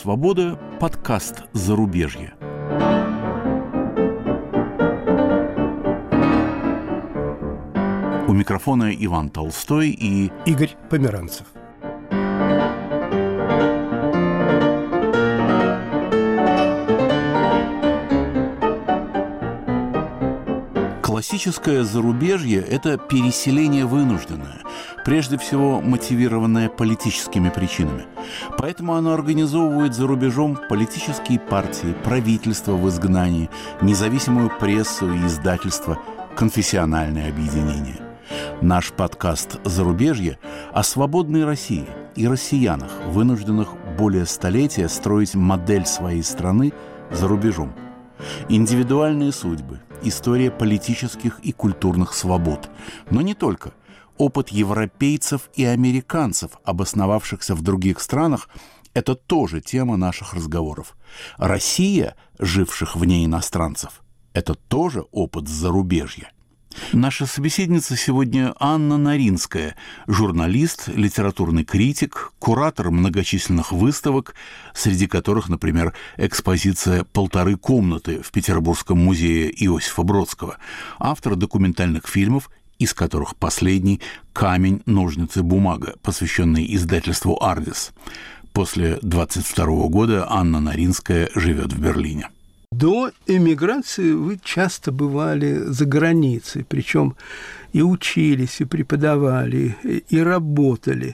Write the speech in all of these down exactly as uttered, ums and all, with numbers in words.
свобода» – подкаст «Зарубежье». У микрофона Иван Толстой и Игорь Померанцев. Классическое зарубежье – это переселение вынужденное, прежде всего мотивированное политическими причинами. Поэтому оно организовывает за рубежом политические партии, правительства в изгнании, независимую прессу и издательство, конфессиональные объединения. Наш подкаст «Зарубежье» о свободной России и россиянах, вынужденных более столетия строить модель своей страны за рубежом. Индивидуальные судьбы, история политических и культурных свобод. Но не только. Опыт европейцев и американцев, обосновавшихся в других странах, это тоже тема наших разговоров. Россия, живших вне иностранцев, это тоже опыт зарубежья. Наша собеседница сегодня Анна Наринская, журналист, литературный критик, куратор многочисленных выставок, среди которых, например, экспозиция «Полторы комнаты» в Петербургском музее Иосифа Бродского, автор документальных фильмов, из которых последний «Камень, ножницы, бумага», посвященный издательству «Ардис». После двадцать второго года Анна Наринская живет в Берлине. До эмиграции вы часто бывали за границей, причем и учились, и преподавали, и работали.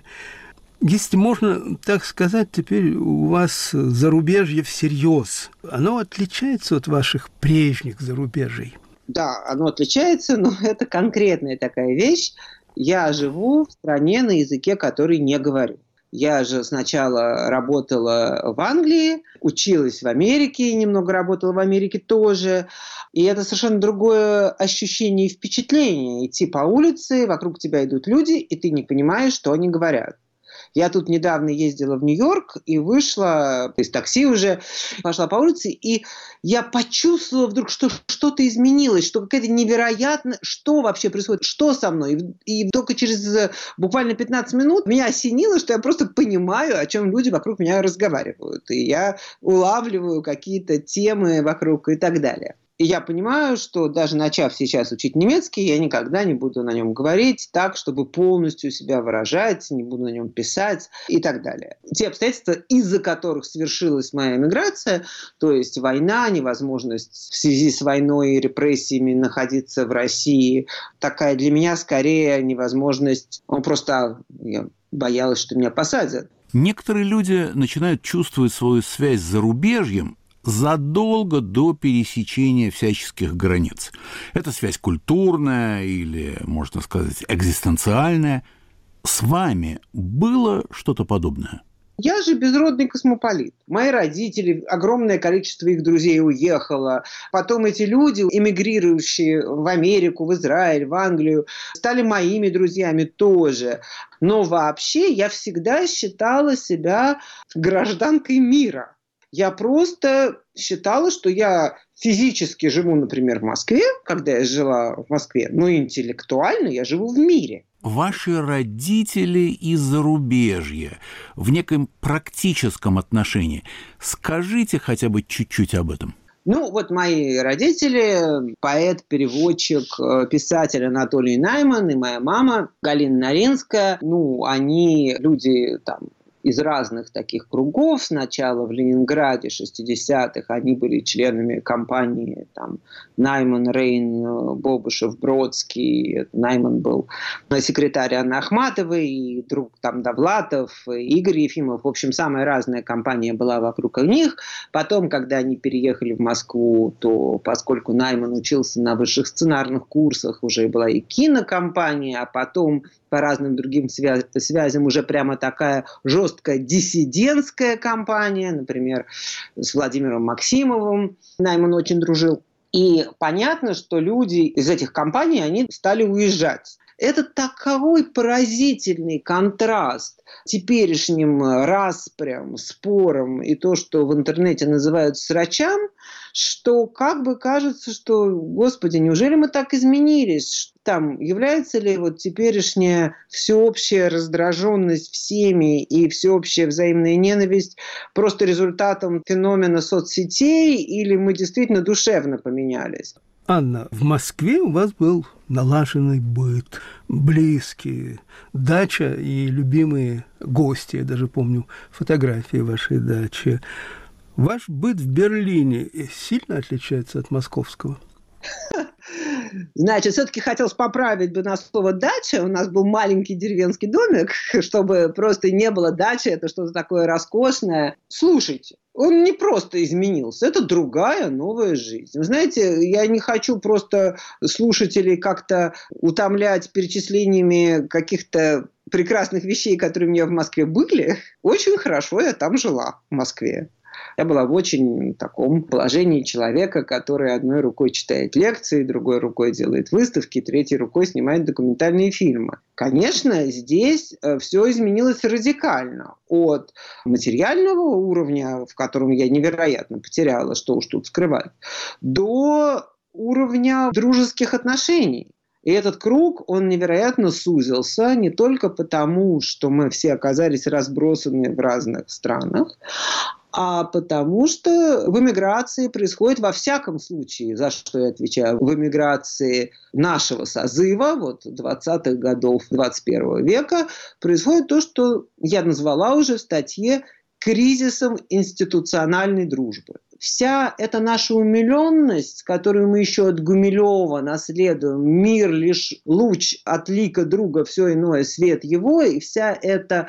Если можно так сказать, теперь у вас зарубежье всерьез. Оно отличается от ваших прежних зарубежий? Да, оно отличается, но это конкретная такая вещь. Я живу в стране, на языке который не говорю. Я же сначала работала в Англии, училась в Америке, немного работала в Америке тоже. И это совершенно другое ощущение и впечатление. Идти по улице, вокруг тебя идут люди, и ты не понимаешь, что они говорят. Я тут недавно ездила в Нью-Йорк и вышла из такси уже, пошла по улице, и я почувствовала вдруг, что что-то изменилось, что какая-то невероятная... Что вообще происходит? Что со мной? И, и только через буквально пятнадцать минут меня осенило, что я просто понимаю, о чем люди вокруг меня разговаривают. И я улавливаю какие-то темы вокруг и так далее. И я понимаю, что даже начав сейчас учить немецкий, я никогда не буду на нем говорить так, чтобы полностью себя выражать, не буду на нем писать и так далее. Те обстоятельства, из-за которых совершилась моя эмиграция, то есть война, невозможность в связи с войной и репрессиями находиться в России, такая для меня скорее невозможность, он просто, я боялась, что меня посадят. Некоторые люди начинают чувствовать свою связь с зарубежьем задолго до пересечения всяческих границ. Это связь культурная или, можно сказать, экзистенциальная. С вами было что-то подобное? Я же безродный космополит. Мои родители, огромное количество их друзей уехало. Потом эти люди, эмигрирующие в Америку, в Израиль, в Англию, стали моими друзьями тоже. Но вообще я всегда считала себя гражданкой мира. Я просто считала, что я физически живу, например, в Москве, когда я жила в Москве, но интеллектуально я живу в мире. Ваши родители из зарубежья в неком практическом отношении. Скажите хотя бы чуть-чуть об этом. Ну, вот мои родители, поэт, переводчик, писатель Анатолий Найман и моя мама Галина Наринская, ну, они люди там из разных таких кругов. Сначала в Ленинграде шестидесятых они были членами компании там, Найман, Рейн, Бобышев, Бродский. Найман был секретарь Анны Ахматовой, и друг там Довлатов, и Игорь Ефимов. В общем, самая разная компания была вокруг них. Потом, когда они переехали в Москву, то поскольку Найман учился на высших сценарных курсах, уже была и кинокомпания, а потом по разным другим связ- связям уже прямо такая жесткая диссидентская кампания, например, с Владимиром Максимовым Найман очень дружил. И понятно, что люди из этих компаний, они стали уезжать. Это таковой поразительный контраст теперешним распрям, спорам и то, что в интернете называют срачам, что как бы кажется, что, господи, неужели мы так изменились? Там является ли вот теперешняя всеобщая раздраженность всеми и всеобщая взаимная ненависть просто результатом феномена соцсетей, или мы действительно душевно поменялись? Анна, в Москве у вас был налаженный быт, близкие, дача и любимые гости. Я даже помню фотографии вашей дачи. Ваш быт в Берлине сильно отличается от московского? Значит, все-таки хотелось поправить бы на слово «дача». У нас был маленький деревенский домик, чтобы просто не было дачи, это что-то такое роскошное. Слушайте, он не просто изменился, это другая новая жизнь. Вы знаете, я не хочу просто слушателей как-то утомлять перечислениями каких-то прекрасных вещей, которые у меня в Москве были. Очень хорошо я там жила, в Москве. Я была в очень таком положении человека, который одной рукой читает лекции, другой рукой делает выставки, третьей рукой снимает документальные фильмы. Конечно, здесь все изменилось радикально. От материального уровня, в котором я невероятно потеряла, что уж тут скрывать, до уровня дружеских отношений. И этот круг, он невероятно сузился не только потому, что мы все оказались разбросаны в разных странах, а потому что в эмиграции происходит во всяком случае, за что я отвечаю, в эмиграции нашего созыва, вот двадцатых годов двадцать первого века, происходит то, что я назвала уже в статье кризисом институциональной дружбы. Вся эта наша умиленность, которую мы еще от Гумилева наследуем, мир лишь луч от лика друга, все иное свет его, и вся эта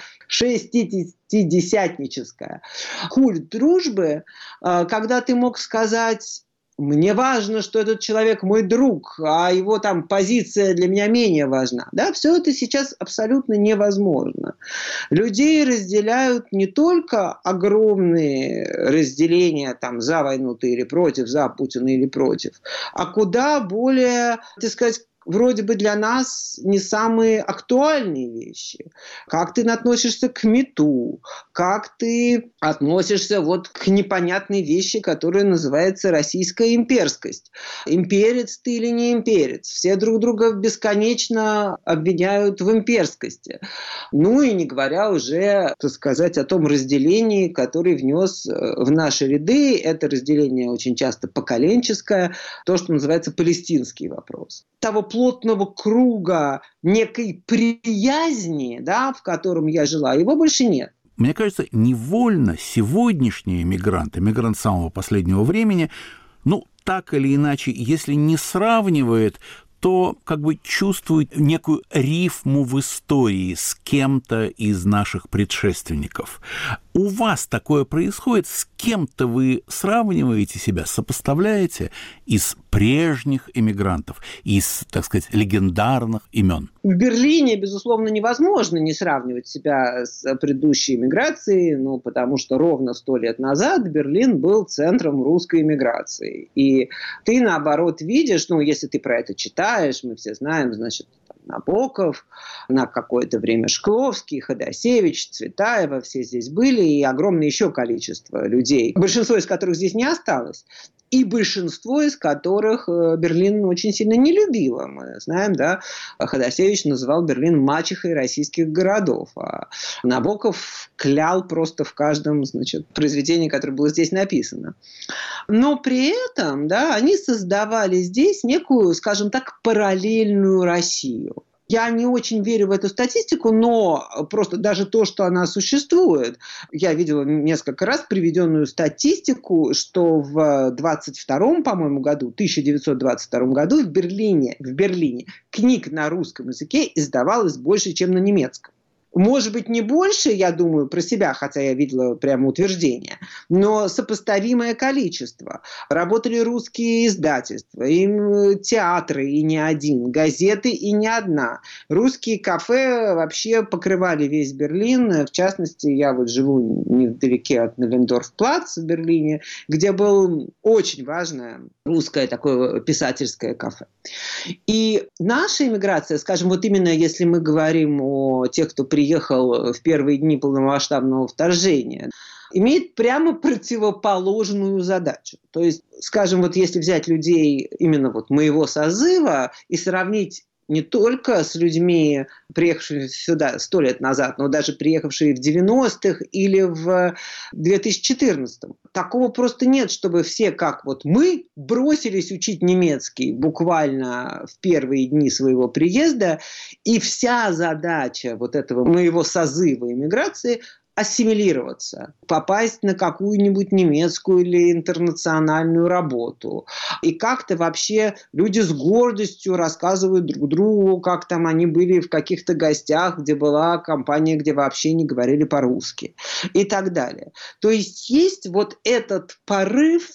шестидесятническая культ дружбы, когда ты мог сказать: мне важно, что этот человек мой друг, а его там позиция для меня менее важна. Да, все это сейчас абсолютно невозможно. Людей разделяют не только огромные разделения там, за войну ты или против, за Путина или против, а куда более, так сказать, вроде бы для нас не самые актуальные вещи. Как ты относишься к МИТУ, как ты относишься вот к непонятной вещи, которая называется российская имперскость. Имперец ты или не имперец? Все друг друга бесконечно обвиняют в имперскости. Ну и не говоря уже, так сказать, о том разделении, которое внес в наши ряды. Это разделение очень часто поколенческое, то, что называется палестинский вопрос. Того плотного круга некой приязни, да, в котором я жила, его больше нет. Мне кажется, невольно сегодняшние мигранты, мигрант самого последнего времени, ну, так или иначе, если не сравнивает, то как бы чувствует некую рифму в истории с кем-то из наших предшественников. У вас такое происходит? С кем-то вы сравниваете себя, сопоставляете из прежних эмигрантов, из, так сказать, легендарных имен? В Берлине, безусловно, невозможно не сравнивать себя с предыдущей эмиграцией, ну, потому что ровно сто лет назад Берлин был центром русской эмиграции. И ты, наоборот, видишь, ну, если ты про это читаешь, мы все знаем, значит, Набоков, на какое-то время Шкловский, Ходосевич, Цветаева, все здесь были, и огромное еще количество людей, большинство из которых здесь не осталось. И большинство из которых Берлин очень сильно не любило. Мы знаем, да, Ходосевич называл Берлин мачехой российских городов, а Набоков клял просто в каждом, значит, произведении, которое было здесь написано. Но при этом, да, они создавали здесь некую, скажем так, параллельную Россию. Я не очень верю в эту статистику, но просто даже то, что она существует. Я видела несколько раз приведенную статистику, что в двадцать втором, по-моему, году, тысяча девятьсот двадцать втором году в Берлине, в Берлине книг на русском языке издавалось больше, чем на немецком. Может быть, не больше, я думаю, про себя, хотя я видела прямо утверждение, но сопоставимое количество. Работали русские издательства, и театры, и не один, газеты, и не одна. Русские кафе вообще покрывали весь Берлин. В частности, я вот живу невдалеке от Новендорф-плац в Берлине, где было очень важное русское такое писательское кафе. И наша иммиграция, скажем, вот именно если мы говорим о тех, кто приехал в первые дни полномасштабного вторжения, имеет прямо противоположную задачу. То есть, скажем, вот если взять людей именно вот моего созыва и сравнить не только с людьми, приехавшими сюда сто лет назад, но даже приехавшие в девяностых или в две тысячи четырнадцатом. Такого просто нет, чтобы все, как вот мы, бросились учить немецкий буквально в первые дни своего приезда, и вся задача вот этого моего созыва иммиграции – ассимилироваться, попасть на какую-нибудь немецкую или интернациональную работу. И как-то вообще люди с гордостью рассказывают друг другу, как там они были в каких-то гостях, где была компания, где вообще не говорили по-русски и так далее. То есть есть вот этот порыв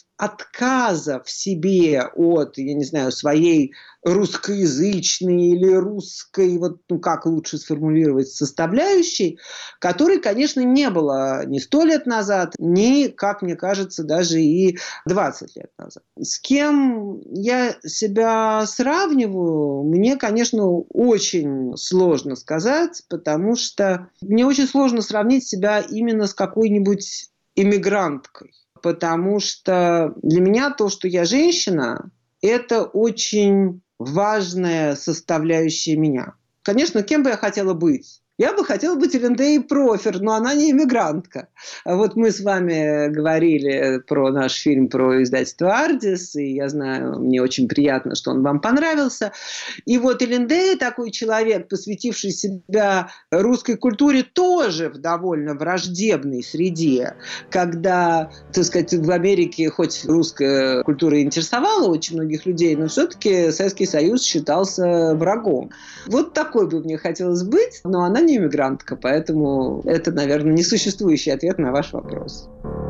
отказа в себе от, я не знаю, своей русскоязычной или русской, вот, ну как лучше сформулировать, составляющей, которой, конечно, не было ни сто лет назад, ни, как мне кажется, даже и двадцать лет назад. С кем я себя сравниваю, мне, конечно, очень сложно сказать, потому что мне очень сложно сравнить себя именно с какой-нибудь иммигранткой. Потому что для меня то, что я женщина, это очень важная составляющая меня. Конечно, кем бы я хотела быть? Я бы хотела быть Линдей Профер, но она не иммигрантка. Вот мы с вами говорили про наш фильм про издательство «Ардис», и я знаю, мне очень приятно, что он вам понравился. И вот Линдей, такой человек, посвятивший себя русской культуре, тоже в довольно враждебной среде, когда, так сказать, в Америке хоть русская культура интересовала очень многих людей, но все-таки Советский Союз считался врагом. Вот такой бы мне хотелось быть, но она не иммигрантка, поэтому это, наверное, несуществующий ответ на ваш вопрос.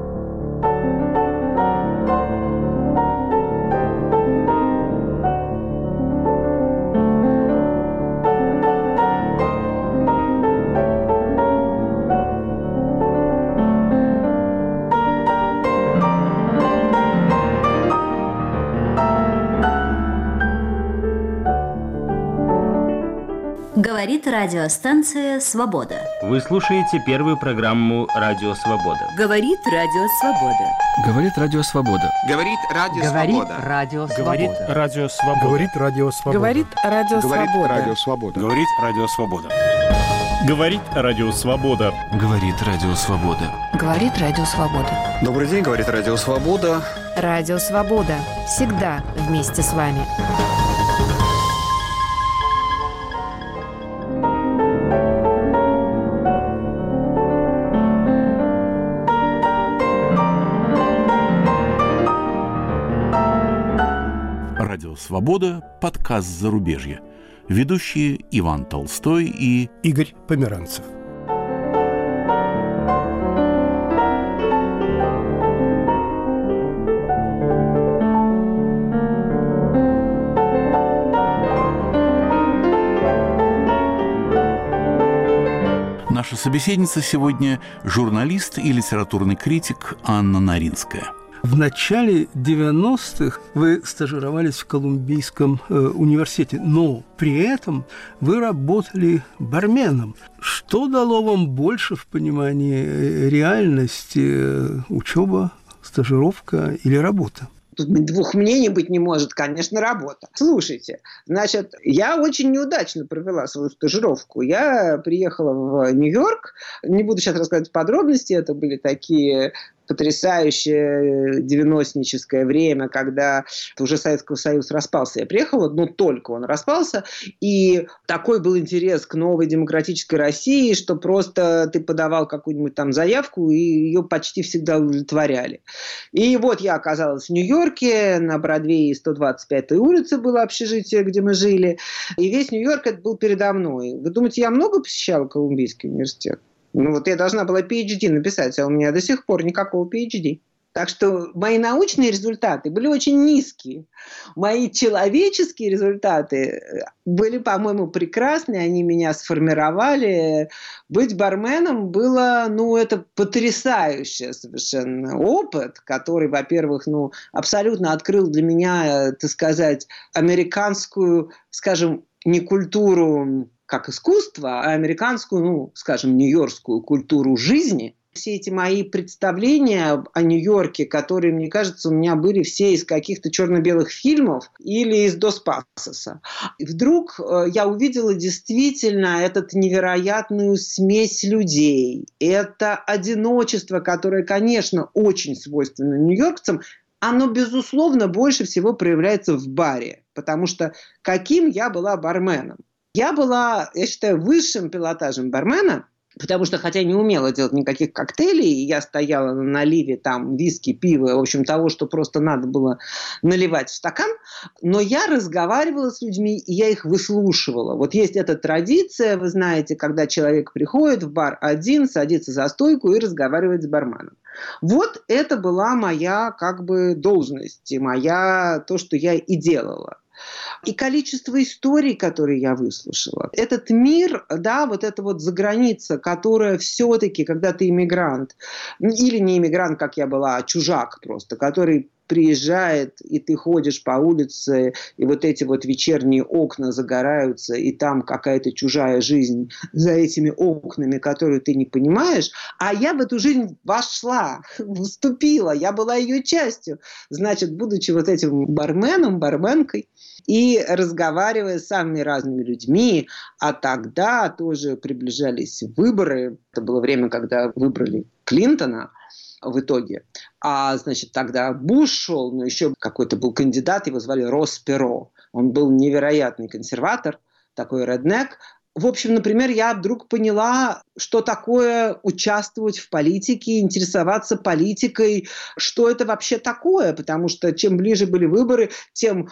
Говорит радиостанция «Свобода». Вы слушаете первую программу «Радио Свобода». Говорит Радио Свобода. Говорит Радио Свобода. Говорит Радио Свобода. Говорит Радио Свобода. Говорит Радио Свобода. Говорит Радио Свобода. Говорит Радио Свобода. Говорит Радио Свобода. Говорит Радио Свобода. Говорит Радио Свобода. Добрый день, говорит Радио Свобода. Радио Свобода. Всегда вместе с вами. Радио «Свобода», подкаст «Зарубежье». Ведущие Иван Толстой и Игорь Померанцев. Наша собеседница сегодня журналист и литературный критик Анна Наринская. В начале девяностых вы стажировались в Колумбийском э, университете, но при этом вы работали барменом. Что дало вам больше в понимании реальности? Э, учеба, стажировка или работа? Тут двух мнений быть не может, конечно, работа. Слушайте, значит, я очень неудачно провела свою стажировку. Я приехала в Нью-Йорк, не буду сейчас рассказывать подробности, это были такие потрясающее девяностническое время, когда уже Советский Союз распался. Я приехала, но только он распался, и такой был интерес к новой демократической России, что просто ты подавал какую-нибудь там заявку, и ее почти всегда удовлетворяли. И вот я оказалась в Нью-Йорке, на Бродвее сто двадцать пятой улице было общежитие, где мы жили, и весь Нью-Йорк это был передо мной. Вы думаете, я много посещала Колумбийский университет? Ну вот я должна была пи эйч ди написать, а у меня до сих пор никакого пи эйч ди. Так что мои научные результаты были очень низкие. Мои человеческие результаты были, по-моему, прекрасные. Они меня сформировали. Быть барменом было, ну, это потрясающий совершенно опыт, который, во-первых, ну, абсолютно открыл для меня, так сказать, американскую, скажем, не культуру как искусство, а американскую, ну, скажем, нью-йоркскую культуру жизни. Все эти мои представления о Нью-Йорке, которые, мне кажется, у меня были все из каких-то черно-белых фильмов или из Дос Пасоса. И вдруг я увидела действительно эту невероятную смесь людей. Это одиночество, которое, конечно, очень свойственно нью-йоркцам, оно, безусловно, больше всего проявляется в баре. Потому что каким я была барменом? Я была, я считаю, высшим пилотажем бармена, потому что, хотя не умела делать никаких коктейлей, я стояла на наливе там виски, пива, в общем, того, что просто надо было наливать в стакан, но я разговаривала с людьми, и я их выслушивала. Вот есть эта традиция, вы знаете, когда человек приходит в бар один, садится за стойку и разговаривает с барменом. Вот это была моя как бы должность, моя, то, что я и делала. И количество историй, которые я выслушала. Этот мир, да, вот эта вот заграница, которая все-таки, когда ты иммигрант, или не иммигрант, как я была, а чужак просто, который приезжает, и ты ходишь по улице, и вот эти вот вечерние окна загораются, и там какая-то чужая жизнь за этими окнами, которую ты не понимаешь. А я в эту жизнь вошла, вступила, я была ее частью. Значит, будучи вот этим барменом, барменкой, и разговаривая с самыми разными людьми, а тогда тоже приближались выборы. Это было время, когда выбрали Клинтона в итоге. А, значит, тогда Буш шел, но еще какой-то был кандидат, его звали Росс Перо. Он был невероятный консерватор, такой реднек. В общем, например, я вдруг поняла, что такое участвовать в политике, интересоваться политикой, что это вообще такое, потому что чем ближе были выборы, тем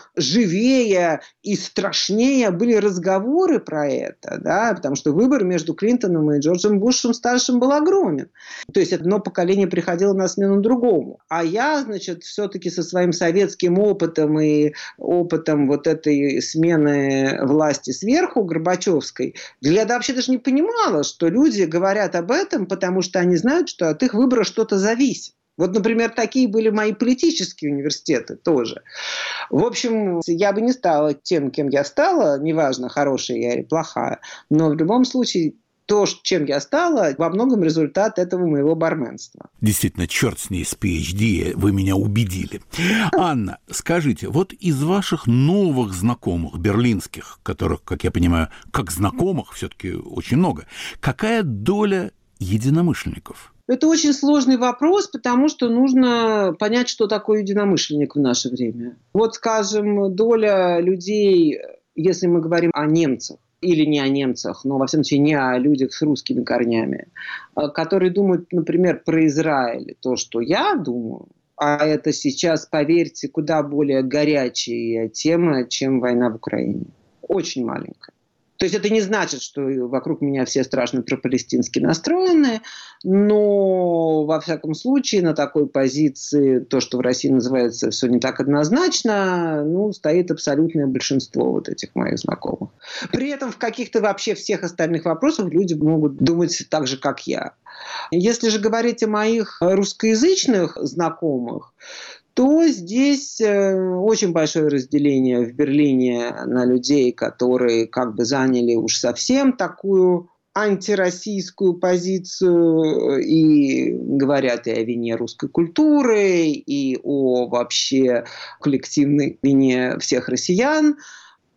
живее и страшнее были разговоры про это, да, потому что выбор между Клинтоном и Джорджем Бушем старшим был огромен. То есть одно поколение приходило на смену другому. А я, значит, все-таки со своим советским опытом и опытом вот этой смены власти сверху, Горбачевской, я вообще даже не понимала, что люди говорят об этом, потому что они знают, что от их выбора что-то зависит. Вот, например, такие были мои политические университеты тоже. В общем, я бы не стала тем, кем я стала, неважно, хорошая я или плохая, но в любом случае то, чем я стала, во многом результат этого моего барменства. Действительно, черт с ней, с пи эйч ди, вы меня убедили. Анна, скажите, вот из ваших новых знакомых, берлинских, которых, как я понимаю, как знакомых все-таки очень много, какая доля единомышленников? Это очень сложный вопрос, потому что нужно понять, что такое единомышленник в наше время. Вот, скажем, доля людей, если мы говорим о немцах, или не о немцах, но, во всяком случае, не о людях с русскими корнями, которые думают, например, про Израиль, то, что я думаю, а это сейчас, поверьте, куда более горячая тема, чем война в Украине. Очень маленькая. То есть это не значит, что вокруг меня все страшно пропалестински настроены, но, во всяком случае, на такой позиции, то, что в России называется «все не так однозначно», ну, стоит абсолютное большинство вот этих моих знакомых. При этом в каких-то вообще всех остальных вопросах люди могут думать так же, как я. Если же говорить о моих русскоязычных знакомых, то здесь очень большое разделение в Берлине на людей, которые как бы заняли уж совсем такую антироссийскую позицию и говорят и о вине русской культуры, и о вообще коллективной вине всех россиян.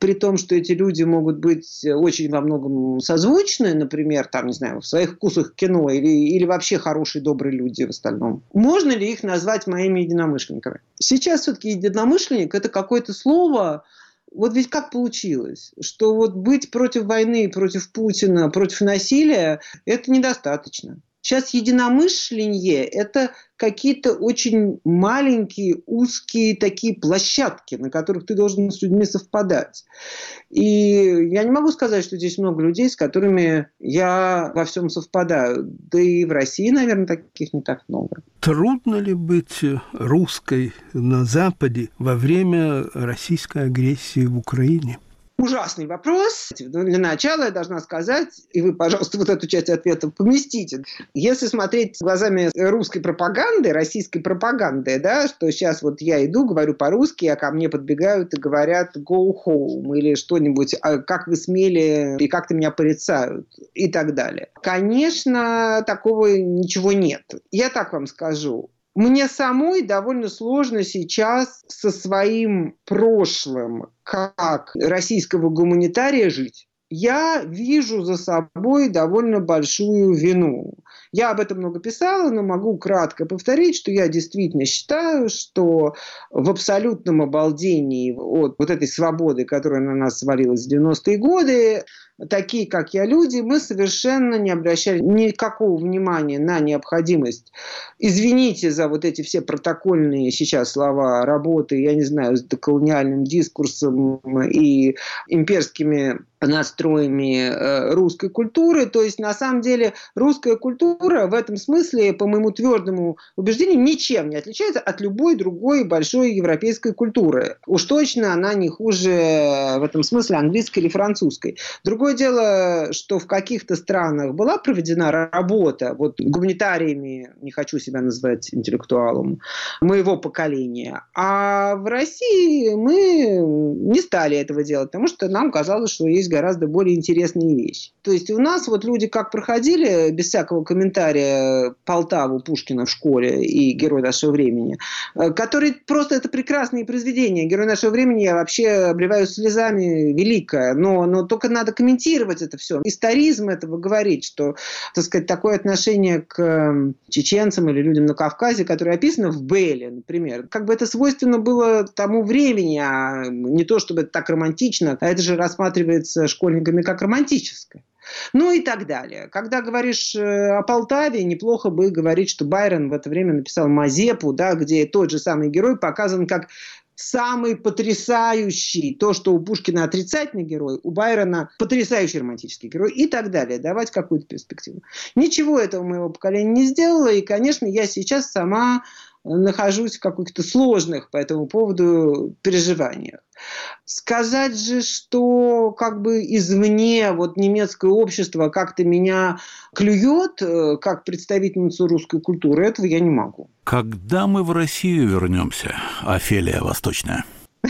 при том, что эти люди могут быть очень во многом созвучны, например, там, не знаю, в своих вкусах кино или, или вообще хорошие, добрые люди в остальном. Можно ли их назвать моими единомышленниками? Сейчас все-таки единомышленник – это какое-то слово. Вот ведь как получилось, что вот быть против войны, против Путина, против насилия – это недостаточно. Сейчас единомышление – это какие-то очень маленькие, узкие такие площадки, на которых ты должен с людьми совпадать. И я не могу сказать, что здесь много людей, с которыми я во всем совпадаю. Да и в России, наверное, таких не так много. Трудно ли быть русской на Западе во время российской агрессии в Украине? Ужасный вопрос. Для начала я должна сказать, и вы, пожалуйста, вот эту часть ответа поместите. Если смотреть глазами русской пропаганды, российской пропаганды, да, что сейчас вот я иду, говорю по-русски, а ко мне подбегают и говорят «go home» или что-нибудь, «как вы смели» и «как-то меня порицают» и так далее. Конечно, такого ничего нет. Я так вам скажу. Мне самой довольно сложно сейчас со своим прошлым как российского гуманитария жить. Я вижу за собой довольно большую вину. Я об этом много писала, но могу кратко повторить, что я действительно считаю, что в абсолютном обалдении от вот этой свободы, которая на нас свалилась в девяностые годы, такие, как я, люди, мы совершенно не обращали никакого внимания на необходимость. Извините за вот эти все протокольные сейчас слова работы, я не знаю, с деколониальным дискурсом и имперскими настроями русской культуры. То есть, на самом деле, русская культура в этом смысле, по моему твердому убеждению, ничем не отличается от любой другой большой европейской культуры. Уж точно она не хуже в этом смысле английской или французской. Другое дело, что в каких-то странах была проведена работа вот гуманитариями, не хочу себя называть интеллектуалом, моего поколения. А в России мы не стали этого делать, потому что нам казалось, что есть гораздо более интересные вещи. То есть у нас вот люди как проходили, без всякого комментария, Полтаву Пушкина в школе и «Герой нашего времени», которые просто это прекрасные произведения. «Герой нашего времени» я вообще обливаюсь слезами, великое, но, но только надо комментировать это все. Историзм этого говорит, что, так сказать, такое отношение к чеченцам или людям на Кавказе, которое описано в Бейле, например, как бы это свойственно было тому времени, а не то, чтобы это так романтично, а это же рассматривается школьниками как романтическое. Ну и так далее. Когда говоришь о Полтаве, неплохо бы говорить, что Байрон в это время написал «Мазепу», да, где тот же самый герой показан как самый потрясающий, то, что у Пушкина отрицательный герой, у Байрона потрясающий романтический герой и так далее. Давать какую-то перспективу. Ничего этого моего поколения не сделало, и, конечно, я сейчас сама нахожусь в каких-то сложных по этому поводу переживаниях. Сказать же, что как бы извне вот немецкое общество как-то меня клюет, как представительницу русской культуры, этого я не могу. Когда мы в Россию вернемся, Офелия Восточная?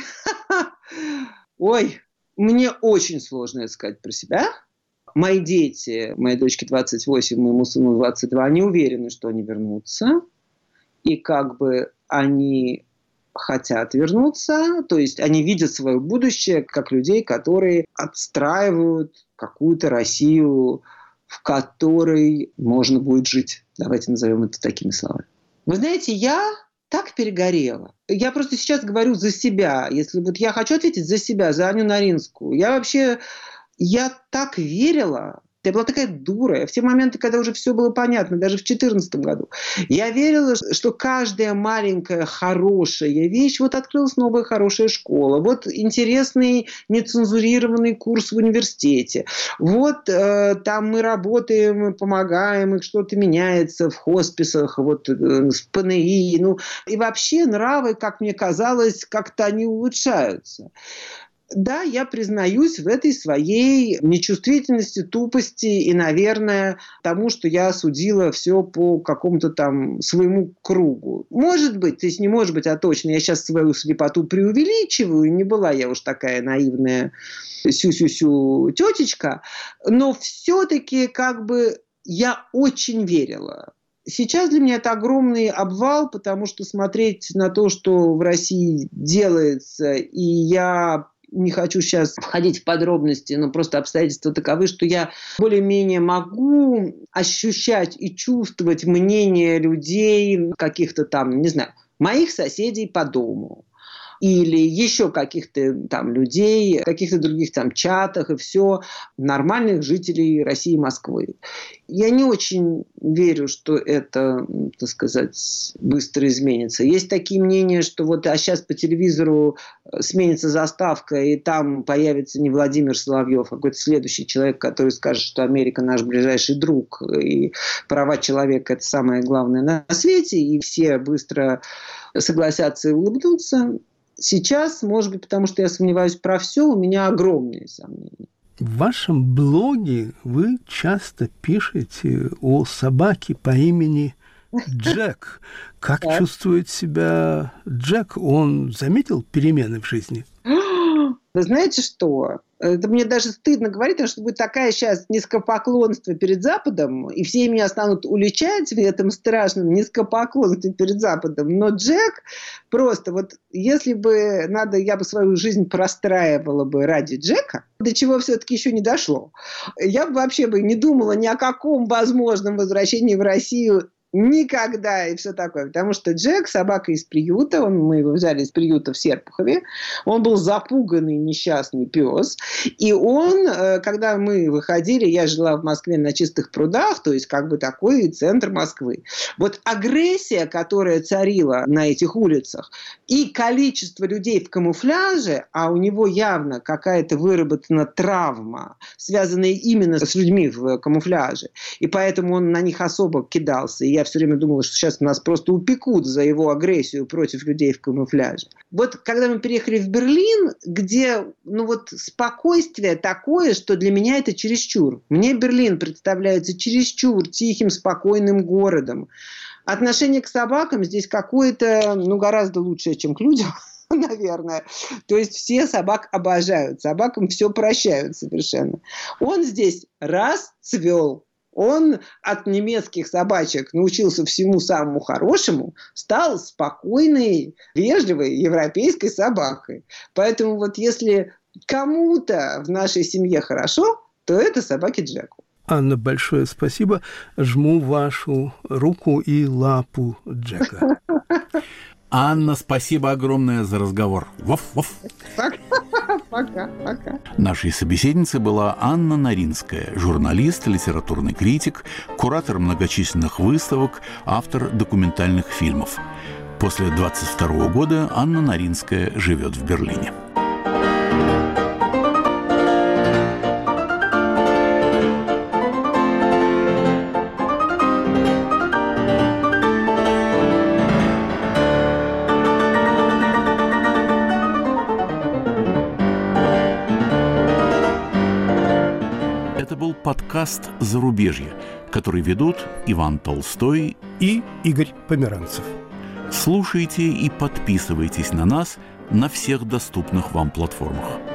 Ой, мне очень сложно это сказать про себя. Мои дети, моей дочке двадцать восемь, моему сыну двадцать два, они уверены, что они вернутся. И как бы они хотят вернуться, то есть они видят свое будущее как людей, которые отстраивают какую-то Россию, в которой можно будет жить. Давайте назовем это такими словами. Вы знаете, я так перегорела. Я просто сейчас говорю за себя. Если вот я хочу ответить за себя, за Аню Наринскую. Я вообще, я так верила. Я была такая дура. В те моменты, когда уже все было понятно, даже в две тысячи четырнадцатом году, я верила, что каждая маленькая хорошая вещь, вот открылась новая хорошая школа, вот интересный нецензурированный курс в университете, вот э, там мы работаем, мы помогаем, и что-то меняется в хосписах, вот э, в ПНИ, ну, и вообще нравы, как мне казалось, как-то они улучшаются. Да, я признаюсь в этой своей нечувствительности, тупости и, наверное, тому, что я судила все по какому-то там своему кругу. Может быть, то есть не может быть, а точно. Я сейчас свою слепоту преувеличиваю, не была я уж такая наивная сю-сю-сю тетечка, но все-таки как бы я очень верила. Сейчас для меня это огромный обвал, потому что смотреть на то, что в России делается, и я не хочу сейчас входить в подробности, но просто обстоятельства таковы, что я более-менее могу ощущать и чувствовать мнение людей, каких-то там, не знаю, моих соседей по дому. Или еще каких-то там людей, каких-то других там чатах и все, нормальных жителей России и Москвы. Я не очень верю, что это, так сказать, быстро изменится. Есть такие мнения, что вот а сейчас по телевизору сменится заставка, и там появится не Владимир Соловьев, а какой-то следующий человек, который скажет, что Америка наш ближайший друг, и права человека – это самое главное на свете, и все быстро согласятся и улыбнутся. Сейчас, может быть, потому что я сомневаюсь про все, у меня огромные сомнения. В вашем блоге вы часто пишете о собаке по имени Джек. Как так чувствует себя Джек? Он заметил перемены в жизни? Вы знаете что? Это мне даже стыдно говорить, потому что будет такая сейчас низкопоклонство перед Западом, и все меня станут уличать в этом страшном низкопоклонстве перед Западом. Но Джек просто, вот если бы надо, я бы свою жизнь простраивала бы ради Джека, до чего все-таки еще не дошло. Я бы вообще бы не думала ни о каком возможном возвращении в Россию никогда и все такое. Потому что Джек, собака из приюта, он, мы его взяли из приюта в Серпухове, он был запуганный несчастный пес. И он, когда мы выходили, я жила в Москве на Чистых прудах, то есть как бы такой центр Москвы. Вот агрессия, которая царила на этих улицах, и количество людей в камуфляже, а у него явно какая-то выработана травма, связанная именно с людьми в камуфляже, и поэтому он на них особо кидался. И я все время думала, что сейчас нас просто упекут за его агрессию против людей в камуфляже. Вот когда мы переехали в Берлин, где ну вот спокойствие такое, что для меня это чересчур. Мне Берлин представляется чересчур тихим, спокойным городом. Отношение к собакам здесь какое-то, ну, гораздо лучшее, чем к людям, наверное. То есть все собак обожают, собакам все прощают совершенно. Он здесь расцвел. Он от немецких собачек научился всему самому хорошему, стал спокойной, вежливой европейской собакой. Поэтому вот если кому-то в нашей семье хорошо, то это собаке Джеку. Анна, большое спасибо. Жму вашу руку и лапу Джека. Анна, спасибо огромное за разговор. Воф-воф. Пока, пока. Нашей собеседницей была Анна Наринская, журналист, литературный критик, куратор многочисленных выставок, автор документальных фильмов. После двадцать второго года Анна Наринская живет в Берлине. Подкаст «Зарубежье», который ведут Иван Толстой и Игорь Померанцев. Слушайте и подписывайтесь на нас на всех доступных вам платформах.